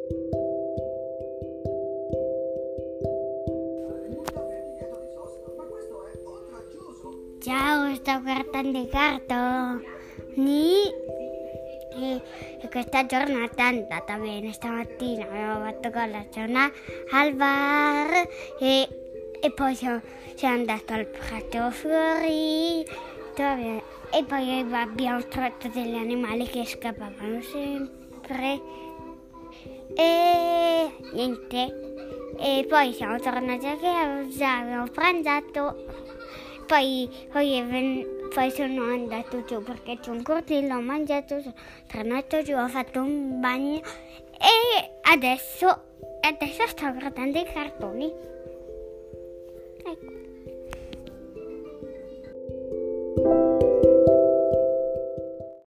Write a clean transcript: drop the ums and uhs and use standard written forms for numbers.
Ciao, sto guardando i cartoni e questa giornata è andata bene. Stamattina abbiamo fatto colazione al bar e poi siamo andati al prato fiorito e poi abbiamo trovato degli animali che scappavano sempre e niente. E poi siamo tornati a casa, abbiamo pranzato. Poi sono andato giù perché c'è un cortile, ho mangiato, sono tornato giù, ho fatto un bagno e adesso sto guardando i cartoni. Ecco.